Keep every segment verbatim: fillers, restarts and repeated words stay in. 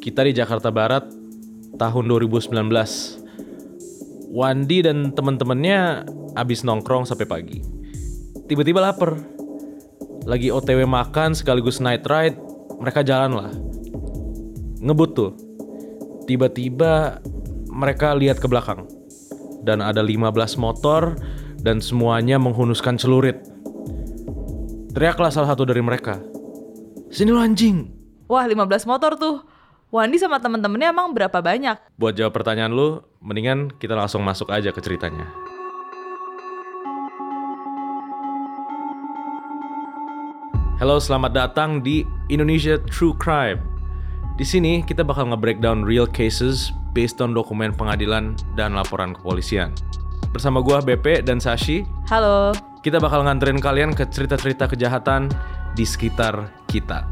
Kita di Jakarta Barat tahun dua ribu sembilan belas. Wandi dan temen-temennya abis nongkrong sampai pagi. Tiba-tiba lapar. Lagi O T W makan sekaligus night ride, mereka jalan lah. Ngebut tuh. Tiba-tiba mereka lihat ke belakang. Dan ada lima belas motor dan semuanya menghunuskan celurit. Teriaklah salah satu dari mereka. "Sini lo anjing!" Wah, lima belas motor tuh. Wandi sama temen-temennya emang berapa banyak? Buat jawab pertanyaan lu, mendingan kita langsung masuk aja ke ceritanya. Halo, selamat datang di Indonesia True Crime. Di sini kita bakal nge-breakdown real cases based on dokumen pengadilan dan laporan kepolisian. Bersama gua B P dan Sashi. Halo. Kita bakal nganterin kalian ke cerita-cerita kejahatan di sekitar kita.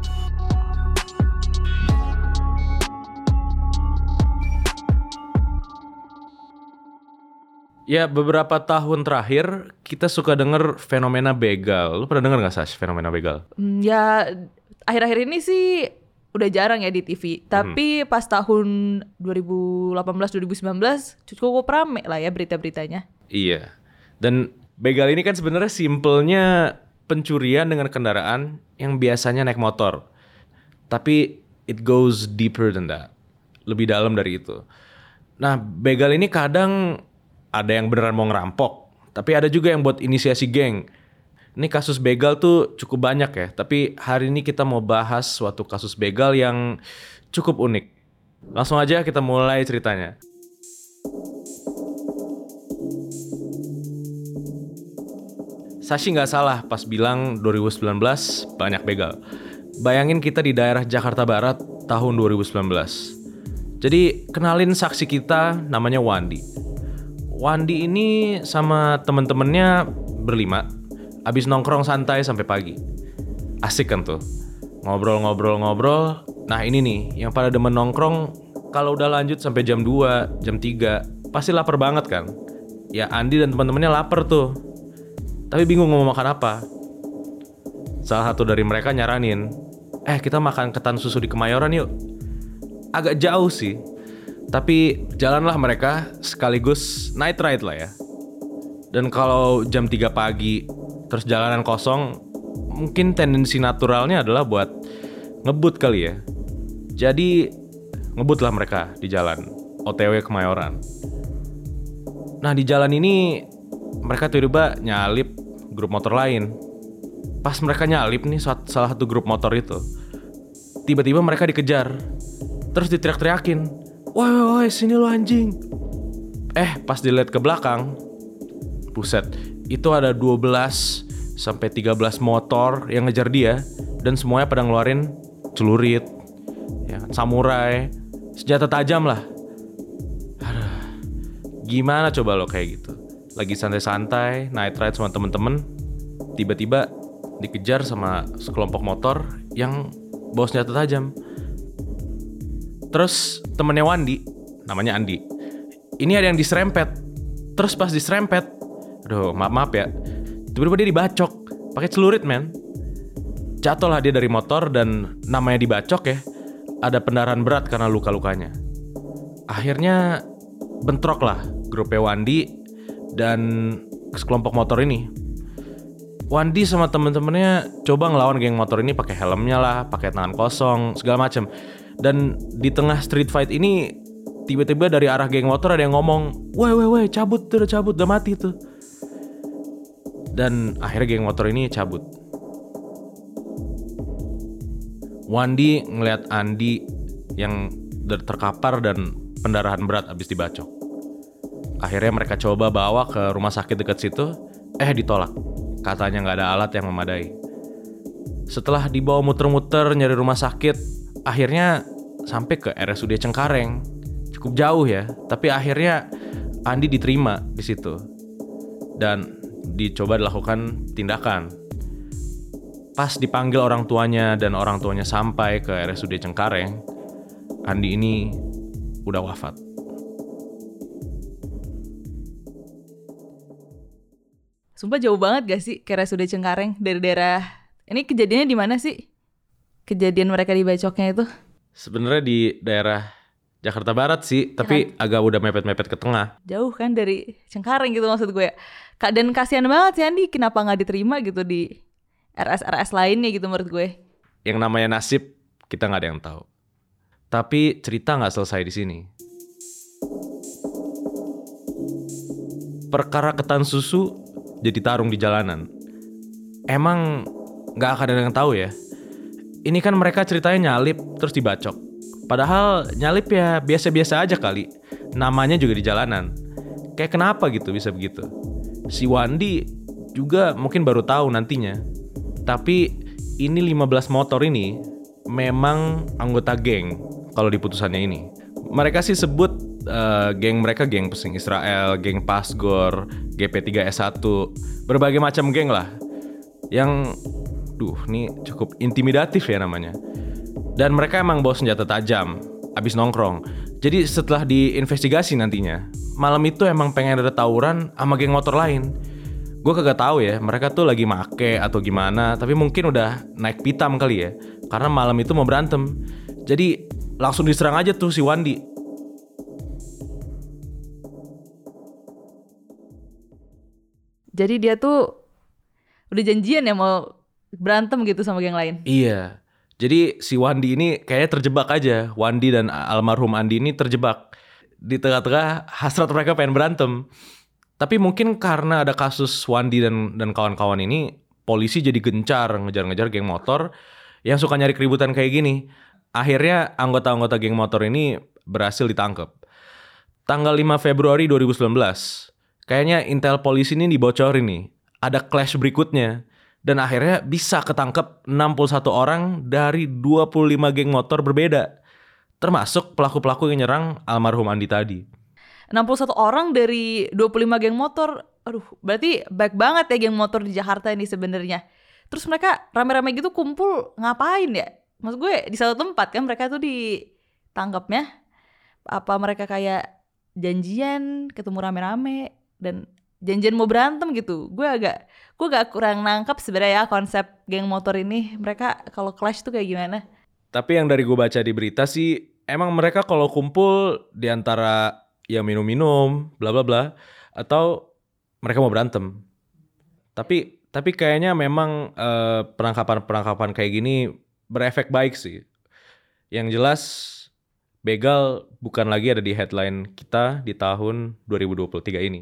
Ya, beberapa tahun terakhir kita suka denger fenomena begal. Lu pernah denger gak, Sash, fenomena begal? Hmm, ya, akhir-akhir ini sih udah jarang ya di T V. Tapi hmm. pas tahun dua ribu delapan belas dua ribu sembilan belas cukup rame lah ya berita-beritanya. Iya. Dan begal ini kan sebenarnya simpelnya pencurian dengan kendaraan yang biasanya naik motor. Tapi it goes deeper than that. Lebih dalam dari itu. Nah, begal ini kadang ada yang beneran mau ngerampok, tapi ada juga yang buat inisiasi geng. Ini kasus begal tuh cukup banyak ya, tapi hari ini kita mau bahas suatu kasus begal yang cukup unik. Langsung aja kita mulai ceritanya. Sashi nggak salah pas bilang dua ribu sembilan belas banyak begal. Bayangin kita di daerah Jakarta Barat tahun dua ribu sembilan belas. Jadi kenalin saksi kita, namanya Wandi. Wandi ini sama temen-temennya berlima, abis nongkrong santai sampai pagi. Asik kan tuh, ngobrol-ngobrol-ngobrol. Nah ini nih, yang pada demen nongkrong, kalau udah lanjut sampai jam dua, jam tiga, pasti lapar banget kan. Ya Andi dan temen-temennya lapar tuh, tapi bingung mau makan apa. Salah satu dari mereka nyaranin, eh kita makan ketan susu di Kemayoran yuk. Agak jauh sih, tapi jalanlah mereka sekaligus night ride lah ya. Dan kalau jam tiga pagi terus jalanan kosong, mungkin tendensi naturalnya adalah buat ngebut kali ya. Jadi ngebut lah mereka di jalan O T W Kemayoran. Nah di jalan ini mereka tiba-tiba nyalip grup motor lain. Pas mereka nyalip nih salah satu grup motor itu, tiba-tiba mereka dikejar. Terus diteriak-teriakin, "Woi, woi, woi, sini lu anjing." Eh, pas dilihat ke belakang, buset, itu ada dua belas sampai tiga belas motor yang ngejar dia dan semuanya pada ngeluarin celurit, ya, samurai, senjata tajam lah. Aduh, gimana coba lo kayak gitu? Lagi santai-santai, night ride sama temen-temen, tiba-tiba dikejar sama sekelompok motor yang bawa senjata tajam. Terus temennya Wandi, namanya Andi, ini ada yang diserempet. Terus pas diserempet, aduh maaf maaf ya, tiba-tiba dia dibacok pakai celurit men. Jatuhlah dia dari motor dan namanya dibacok ya, ada pendarahan berat karena luka-lukanya. Akhirnya bentrok lah grupnya Wandi dan sekelompok motor ini. Wandi sama temen-temennya coba ngelawan geng motor ini pakai helmnya lah, pakai tangan kosong, segala macem. Dan di tengah street fight ini tiba-tiba dari arah geng motor ada yang ngomong, "Woi, woi, woi, cabut tuh, udah cabut, udah mati tuh." Dan akhirnya geng motor ini cabut. Wandi ngeliat Andi yang terkapar dan pendarahan berat abis dibacok. Akhirnya mereka coba bawa ke rumah sakit dekat situ, eh ditolak. Katanya nggak ada alat yang memadai. Setelah dibawa muter-muter nyari rumah sakit, akhirnya sampai ke R S U D Cengkareng. Cukup jauh ya, tapi akhirnya Andi diterima di situ. Dan dicoba dilakukan tindakan. Pas dipanggil orang tuanya dan orang tuanya sampai ke R S U D Cengkareng, Andi ini udah wafat. Sumpah jauh banget gak sih ke R S U D Cengkareng dari daerah. Ini kejadiannya di mana sih? Kejadian mereka dibacoknya itu? Sebenarnya di daerah Jakarta Barat sih, tapi kan? agak udah mepet-mepet ke tengah. Jauh kan dari Cengkareng gitu maksud gue. Kak, dan kasihan banget sih Andi, kenapa nggak diterima gitu di R S R S lainnya gitu menurut gue. Yang namanya nasib kita nggak ada yang tahu. Tapi cerita nggak selesai di sini. Perkara ketan susu jadi tarung di jalanan. Emang nggak akan ada yang tahu ya. Ini kan mereka ceritanya nyalip terus dibacok. Padahal nyalip ya biasa-biasa aja kali. Namanya juga di jalanan. Kayak kenapa gitu bisa begitu? Si Wandi juga mungkin baru tahu nantinya. Tapi ini lima belas motor ini memang anggota geng kalau di putusannya ini. Mereka sih sebut uh, geng mereka geng Pesing Israel, geng Pasgor, G P tiga S satu, berbagai macam geng lah. Yang duh, ini cukup intimidatif ya namanya. Dan mereka emang bawa senjata tajam abis nongkrong. Jadi setelah diinvestigasi nantinya, malam itu emang pengen ada tawuran sama geng motor lain. Gue kagak tahu ya, mereka tuh lagi make atau gimana, tapi mungkin udah naik pitam kali ya. Karena malam itu mau berantem. Jadi langsung diserang aja tuh si Wandi. Jadi dia tuh udah janjian ya mau berantem gitu sama geng lain. Iya. Jadi si Wandi ini kayaknya terjebak aja. Wandi dan almarhum Andi ini terjebak. Di tengah-tengah hasrat mereka pengen berantem. Tapi mungkin karena ada kasus Wandi dan dan kawan-kawan ini, polisi jadi gencar ngejar-ngejar geng motor yang suka nyari keributan kayak gini. Akhirnya anggota-anggota geng motor ini berhasil ditangkap. Tanggal lima Februari dua ribu sembilan belas, kayaknya intel polisi ini dibocorin nih. Ada clash berikutnya. Dan akhirnya bisa ketangkep enam puluh satu orang dari dua puluh lima geng motor berbeda. Termasuk pelaku-pelaku yang nyerang almarhum Andi tadi. enam puluh satu orang dari dua puluh lima geng motor. Aduh, berarti baik banget ya geng motor di Jakarta ini sebenarnya. Terus mereka rame-rame gitu kumpul ngapain ya? Maksud gue di satu tempat kan mereka tuh ditangkapnya. Apa mereka kayak janjian ketemu rame-rame dan janjian mau berantem gitu. Gue agak gue agak kurang nangkap sebenarnya ya konsep geng motor ini. Mereka kalau clash tuh kayak gimana? Tapi yang dari gue baca di berita sih, emang mereka kalau kumpul di antara ya minum-minum, bla bla bla, atau mereka mau berantem. Tapi tapi kayaknya memang eh, penangkapan-penangkapan kayak gini berefek baik sih. Yang jelas begal bukan lagi ada di headline kita di tahun dua ribu dua puluh tiga ini.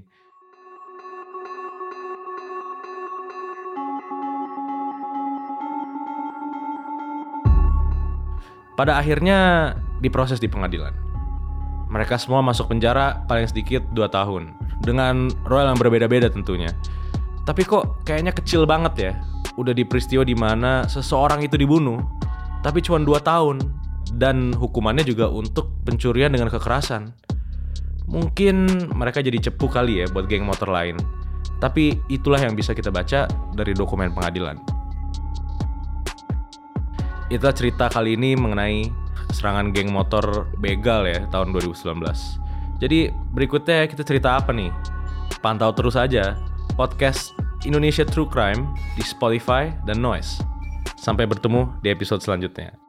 Pada akhirnya diproses di pengadilan. Mereka semua masuk penjara paling sedikit dua tahun. Dengan role yang berbeda-beda tentunya. Tapi kok kayaknya kecil banget ya. Udah di peristiwa di mana seseorang itu dibunuh. Tapi cuma dua tahun. Dan hukumannya juga untuk pencurian dengan kekerasan. Mungkin mereka jadi cepu kali ya buat geng motor lain. Tapi itulah yang bisa kita baca dari dokumen pengadilan. Itulah cerita kali ini mengenai serangan geng motor begal ya tahun dua ribu sembilan belas. Jadi berikutnya kita cerita apa nih? Pantau terus aja podcast Indonesia True Crime di Spotify dan Noise. Sampai bertemu di episode selanjutnya.